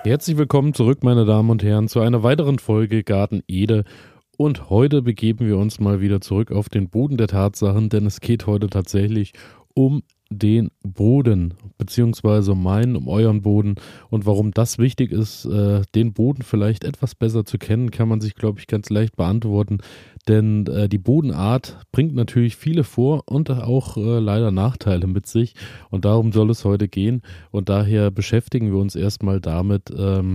Herzlich willkommen zurück, meine Damen und Herren, zu einer weiteren Folge Garten Ede. Und heute begeben wir uns mal wieder zurück auf den Boden der Tatsachen, denn es geht heute tatsächlich um den Boden, beziehungsweise um euren Boden. Und warum das wichtig ist, den Boden vielleicht etwas besser zu kennen, kann man sich, glaube ich, ganz leicht beantworten. Denn die Bodenart bringt natürlich viele Vor- und auch leider Nachteile mit sich. Und darum soll es heute gehen. Und daher beschäftigen wir uns erstmal damit,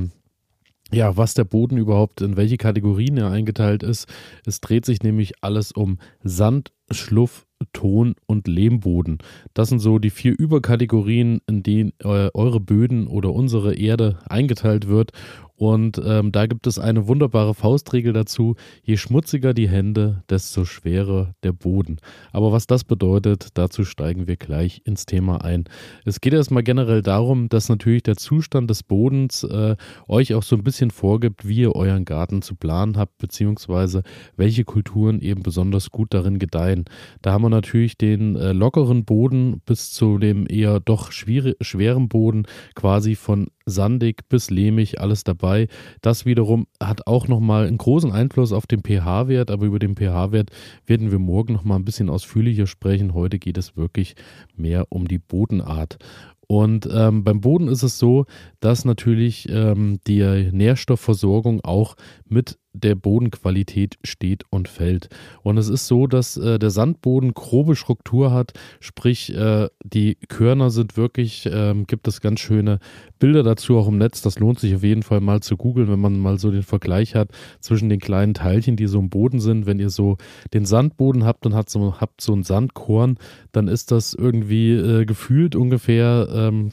ja, was der Boden überhaupt, in welche Kategorien er eingeteilt ist. Es dreht sich nämlich alles um Sand, Schluff, Ton und Lehmboden. Das sind so die 4 Überkategorien, in denen eure Böden oder unsere Erde eingeteilt wird. Und da gibt es eine wunderbare Faustregel dazu: Je schmutziger die Hände, desto schwerer der Boden. Aber was das bedeutet, dazu steigen wir gleich ins Thema ein. Es geht erstmal generell darum, dass natürlich der Zustand des Bodens euch auch so ein bisschen vorgibt, wie ihr euren Garten zu planen habt, beziehungsweise welche Kulturen eben besonders gut darin gedeihen. Da haben wir natürlich den lockeren Boden bis zu dem eher doch schweren Boden, quasi von sandig bis lehmig, alles dabei. Das wiederum hat auch nochmal einen großen Einfluss auf den pH-Wert, aber über den pH-Wert werden wir morgen nochmal ein bisschen ausführlicher sprechen. Heute geht es wirklich mehr um die Bodenart. Und beim Boden ist es so, dass natürlich die Nährstoffversorgung auch mit der Bodenqualität steht und fällt. Und es ist so, dass der Sandboden grobe Struktur hat, sprich die Körner sind wirklich, gibt es ganz schöne Bilder dazu auch im Netz. Das lohnt sich auf jeden Fall mal zu googeln, wenn man mal so den Vergleich hat zwischen den kleinen Teilchen, die so im Boden sind. Wenn ihr so den Sandboden habt und habt so ein Sandkorn, dann ist das irgendwie gefühlt ungefähr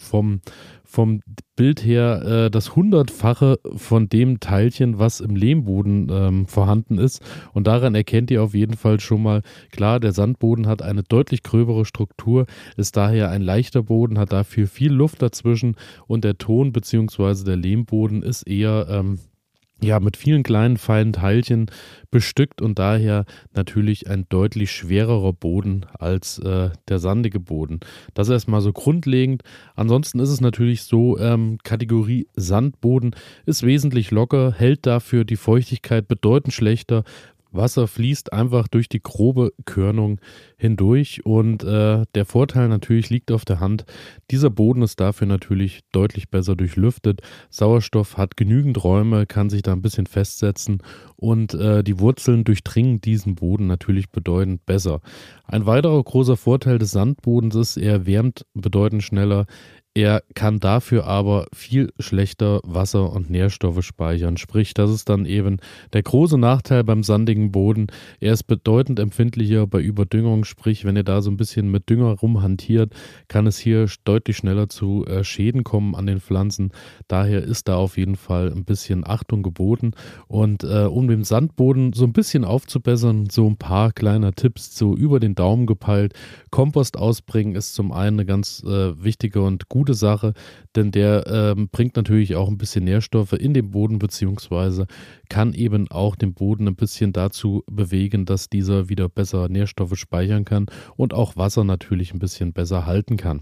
vom Bild her das 100-fache von dem Teilchen, was im Lehmboden vorhanden ist. Und daran erkennt ihr auf jeden Fall schon mal, klar, der Sandboden hat eine deutlich gröbere Struktur, ist daher ein leichter Boden, hat dafür viel Luft dazwischen, und der Ton bzw. der Lehmboden ist eher ja, mit vielen kleinen, feinen Teilchen bestückt und daher natürlich ein deutlich schwererer Boden als der sandige Boden. Das erstmal so grundlegend. Ansonsten ist es natürlich so, Kategorie Sandboden ist wesentlich locker, hält dafür die Feuchtigkeit bedeutend schlechter. Wasser fließt einfach durch die grobe Körnung hindurch, und der Vorteil natürlich liegt auf der Hand. Dieser Boden ist dafür natürlich deutlich besser durchlüftet. Sauerstoff hat genügend Räume, kann sich da ein bisschen festsetzen, und die Wurzeln durchdringen diesen Boden natürlich bedeutend besser. Ein weiterer großer Vorteil des Sandbodens ist, er wärmt bedeutend schneller. Er kann dafür aber viel schlechter Wasser und Nährstoffe speichern. Sprich, das ist dann eben der große Nachteil beim sandigen Boden. Er ist bedeutend empfindlicher bei Überdüngung. Sprich, wenn ihr da so ein bisschen mit Dünger rumhantiert, kann es hier deutlich schneller zu Schäden kommen an den Pflanzen. Daher ist da auf jeden Fall ein bisschen Achtung geboten. Und um den Sandboden so ein bisschen aufzubessern, so ein paar kleiner Tipps so über den Daumen gepeilt. Kompost ausbringen ist zum einen eine ganz wichtige und gute Sache, denn der bringt natürlich auch ein bisschen Nährstoffe in den Boden, beziehungsweise kann eben auch den Boden ein bisschen dazu bewegen, dass dieser wieder besser Nährstoffe speichern kann und auch Wasser natürlich ein bisschen besser halten kann.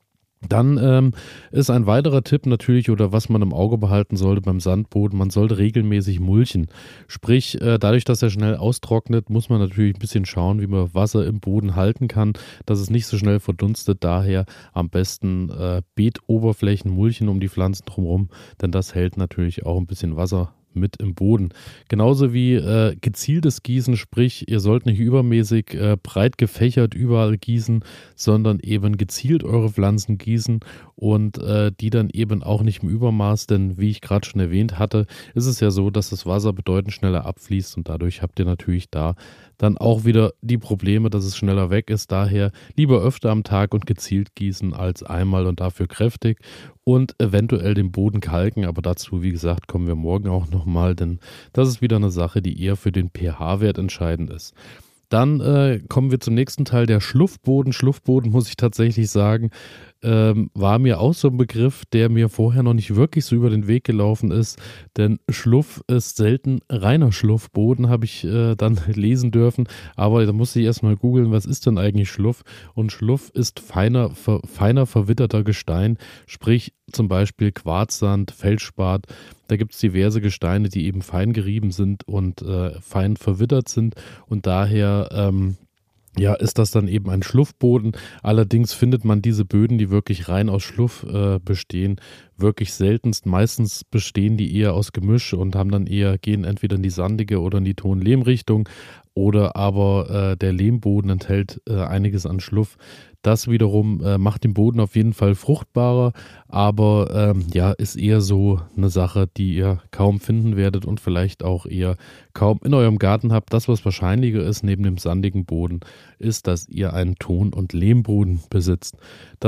Dann ist ein weiterer Tipp natürlich, oder was man im Auge behalten sollte beim Sandboden: Man sollte regelmäßig mulchen. Sprich, dadurch, dass er schnell austrocknet, muss man natürlich ein bisschen schauen, wie man Wasser im Boden halten kann, dass es nicht so schnell verdunstet. Daher am besten Beetoberflächen mulchen um die Pflanzen drumherum, denn das hält natürlich auch ein bisschen Wasser mit im Boden. Genauso wie gezieltes Gießen, sprich, ihr sollt nicht übermäßig breit gefächert überall gießen, sondern eben gezielt eure Pflanzen gießen, und die dann eben auch nicht im Übermaß, denn wie ich gerade schon erwähnt hatte, ist es ja so, dass das Wasser bedeutend schneller abfließt, und dadurch habt ihr natürlich da dann auch wieder die Probleme, dass es schneller weg ist. Daher lieber öfter am Tag und gezielt gießen als einmal und dafür kräftig, und eventuell den Boden kalken. Aber dazu, wie gesagt, kommen wir morgen auch nochmal, denn das ist wieder eine Sache, die eher für den pH-Wert entscheidend ist. Dann kommen wir zum nächsten Teil, der Schluffboden. Schluffboden, muss ich tatsächlich sagen, war mir auch so ein Begriff, der mir vorher noch nicht wirklich so über den Weg gelaufen ist, denn Schluff ist selten reiner Schluffboden, habe ich dann lesen dürfen, aber da musste ich erstmal googeln, was ist denn eigentlich Schluff? Und Schluff ist feiner verwitterter Gestein, sprich zum Beispiel Quarzsand, Feldspat. Da gibt es diverse Gesteine, die eben fein gerieben sind und fein verwittert sind und daher ist das dann eben ein Schluffboden. Allerdings findet man diese Böden, die wirklich rein aus Schluff bestehen, wirklich seltenst. Meistens bestehen die eher aus Gemisch und gehen entweder in die sandige oder in die Ton-Lehm-Richtung oder aber der Lehmboden enthält einiges an Schluff. Das wiederum macht den Boden auf jeden Fall fruchtbarer, aber ist eher so eine Sache, die ihr kaum finden werdet und vielleicht auch eher kaum in eurem Garten habt. Das, was wahrscheinlicher ist neben dem sandigen Boden, ist, dass ihr einen Ton- und Lehmboden besitzt.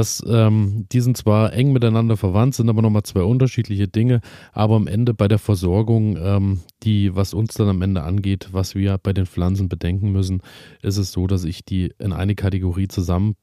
Die sind zwar eng miteinander verwandt, sind aber nochmal zwei unterschiedliche Dinge, aber am Ende bei der Versorgung, was uns dann am Ende angeht, was wir bei den Pflanzen bedenken müssen, ist es so, dass ich die in eine Kategorie zusammenfasse,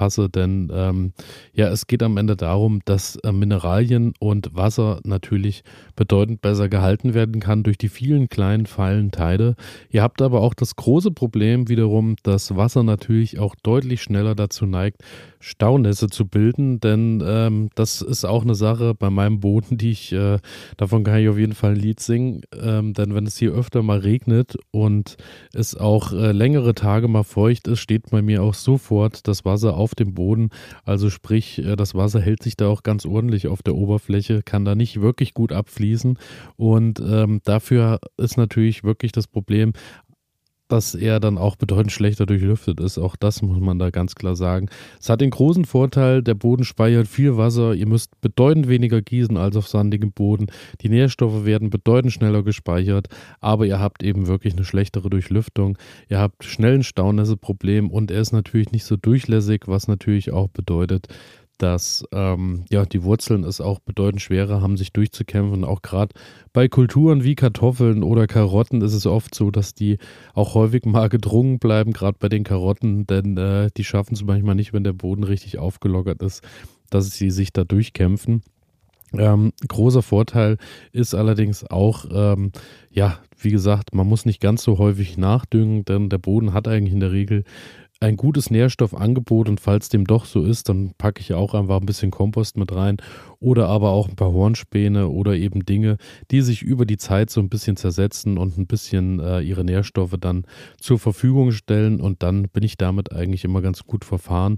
denn es geht am Ende darum, dass Mineralien und Wasser natürlich bedeutend besser gehalten werden kann durch die vielen kleinen, feinen Teile. Ihr habt aber auch das große Problem wiederum, dass Wasser natürlich auch deutlich schneller dazu neigt, Staunässe zu bilden, denn das ist auch eine Sache bei meinem Boden, davon kann ich auf jeden Fall ein Lied singen, denn wenn es hier öfter mal regnet und es auch längere Tage mal feucht ist, steht bei mir auch sofort das Wasser auf dem Boden, also sprich, das Wasser hält sich da auch ganz ordentlich auf der Oberfläche, kann da nicht wirklich gut abfließen und dafür ist natürlich wirklich das Problem, dass er dann auch bedeutend schlechter durchlüftet ist. Auch das muss man da ganz klar sagen. Es hat den großen Vorteil, der Boden speichert viel Wasser. Ihr müsst bedeutend weniger gießen als auf sandigem Boden. Die Nährstoffe werden bedeutend schneller gespeichert, aber ihr habt eben wirklich eine schlechtere Durchlüftung. Ihr habt schnell ein Staunässeproblem und er ist natürlich nicht so durchlässig, was natürlich auch bedeutet, dass die Wurzeln es auch bedeutend schwerer haben, sich durchzukämpfen. Auch gerade bei Kulturen wie Kartoffeln oder Karotten ist es oft so, dass die auch häufig mal gedrungen bleiben, gerade bei den Karotten, denn die schaffen es manchmal nicht, wenn der Boden richtig aufgelockert ist, dass sie sich da durchkämpfen. Großer Vorteil ist allerdings auch, wie gesagt, man muss nicht ganz so häufig nachdüngen, denn der Boden hat eigentlich in der Regel ein gutes Nährstoffangebot und falls dem doch so ist, dann packe ich auch einfach ein bisschen Kompost mit rein oder aber auch ein paar Hornspäne oder eben Dinge, die sich über die Zeit so ein bisschen zersetzen und ein bisschen ihre Nährstoffe dann zur Verfügung stellen und dann bin ich damit eigentlich immer ganz gut verfahren.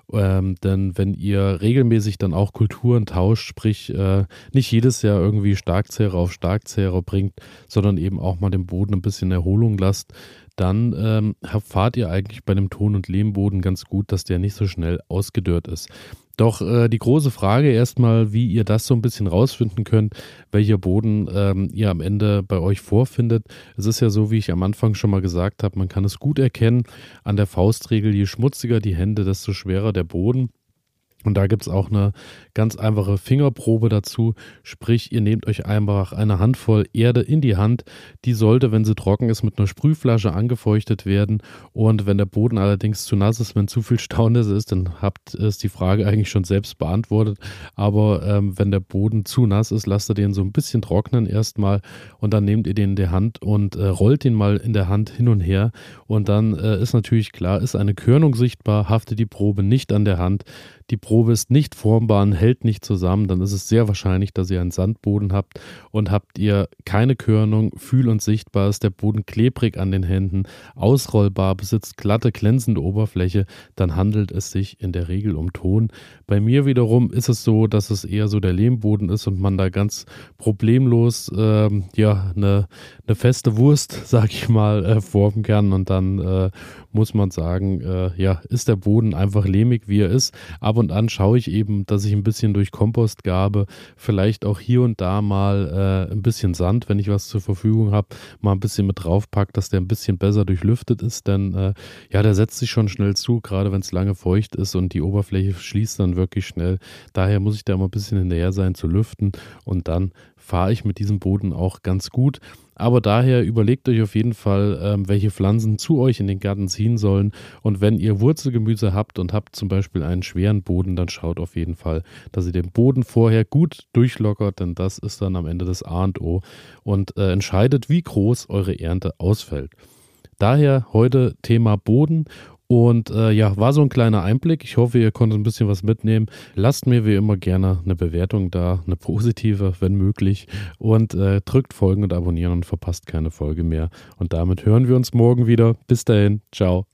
Denn wenn ihr regelmäßig dann auch Kulturen tauscht, sprich nicht jedes Jahr irgendwie Starkzehrer auf Starkzehrer bringt, sondern eben auch mal dem Boden ein bisschen Erholung lasst, dann fahrt ihr eigentlich bei dem Ton- und Lehmboden ganz gut, dass der nicht so schnell ausgedörrt ist. Doch die große Frage erstmal, wie ihr das so ein bisschen rausfinden könnt, welcher Boden ihr am Ende bei euch vorfindet. Es ist ja so, wie ich am Anfang schon mal gesagt habe, man kann es gut erkennen an der Faustregel, je schmutziger die Hände, desto schwerer der Boden. Und da gibt es auch eine ganz einfache Fingerprobe dazu, sprich ihr nehmt euch einfach eine Handvoll Erde in die Hand, die sollte, wenn sie trocken ist, mit einer Sprühflasche angefeuchtet werden und wenn der Boden allerdings zu nass ist, wenn zu viel Staunässe ist, dann ist die Frage eigentlich schon selbst beantwortet, aber wenn der Boden zu nass ist, lasst ihr den so ein bisschen trocknen erstmal und dann nehmt ihr den in die Hand und rollt den mal in der Hand hin und her und dann ist natürlich klar, ist eine Körnung sichtbar, haftet die Probe nicht an der Hand, die Probe ist nicht formbar, hält nicht zusammen, dann ist es sehr wahrscheinlich, dass ihr einen Sandboden habt und habt ihr keine Körnung, fühl- und sichtbar ist der Boden klebrig an den Händen, ausrollbar, besitzt glatte, glänzende Oberfläche, dann handelt es sich in der Regel um Ton. Bei mir wiederum ist es so, dass es eher so der Lehmboden ist und man da ganz problemlos eine feste Wurst, sag ich mal, formen kann und dann muss man sagen, ist der Boden einfach lehmig, wie er ist. Ab und an schaue ich eben, dass ich ein bisschen durch Kompostgabe, vielleicht auch hier und da mal ein bisschen Sand, wenn ich was zur Verfügung habe, mal ein bisschen mit draufpacke, dass der ein bisschen besser durchlüftet ist, denn der setzt sich schon schnell zu, gerade wenn es lange feucht ist und die Oberfläche schließt dann wirklich schnell. Daher muss ich da immer ein bisschen hinterher sein zu lüften und dann fahre ich mit diesem Boden auch ganz gut. Aber daher überlegt euch auf jeden Fall, welche Pflanzen zu euch in den Garten ziehen sollen. Und wenn ihr Wurzelgemüse habt und habt zum Beispiel einen schweren Boden, dann schaut auf jeden Fall, dass ihr den Boden vorher gut durchlockert, denn das ist dann am Ende das A und O und entscheidet, wie groß eure Ernte ausfällt. Daher heute Thema Boden. Und ja, war so ein kleiner Einblick. Ich hoffe, ihr konntet ein bisschen was mitnehmen. Lasst mir wie immer gerne eine Bewertung da, eine positive, wenn möglich. Und drückt Folgen und abonnieren und verpasst keine Folge mehr. Und damit hören wir uns morgen wieder. Bis dahin, ciao.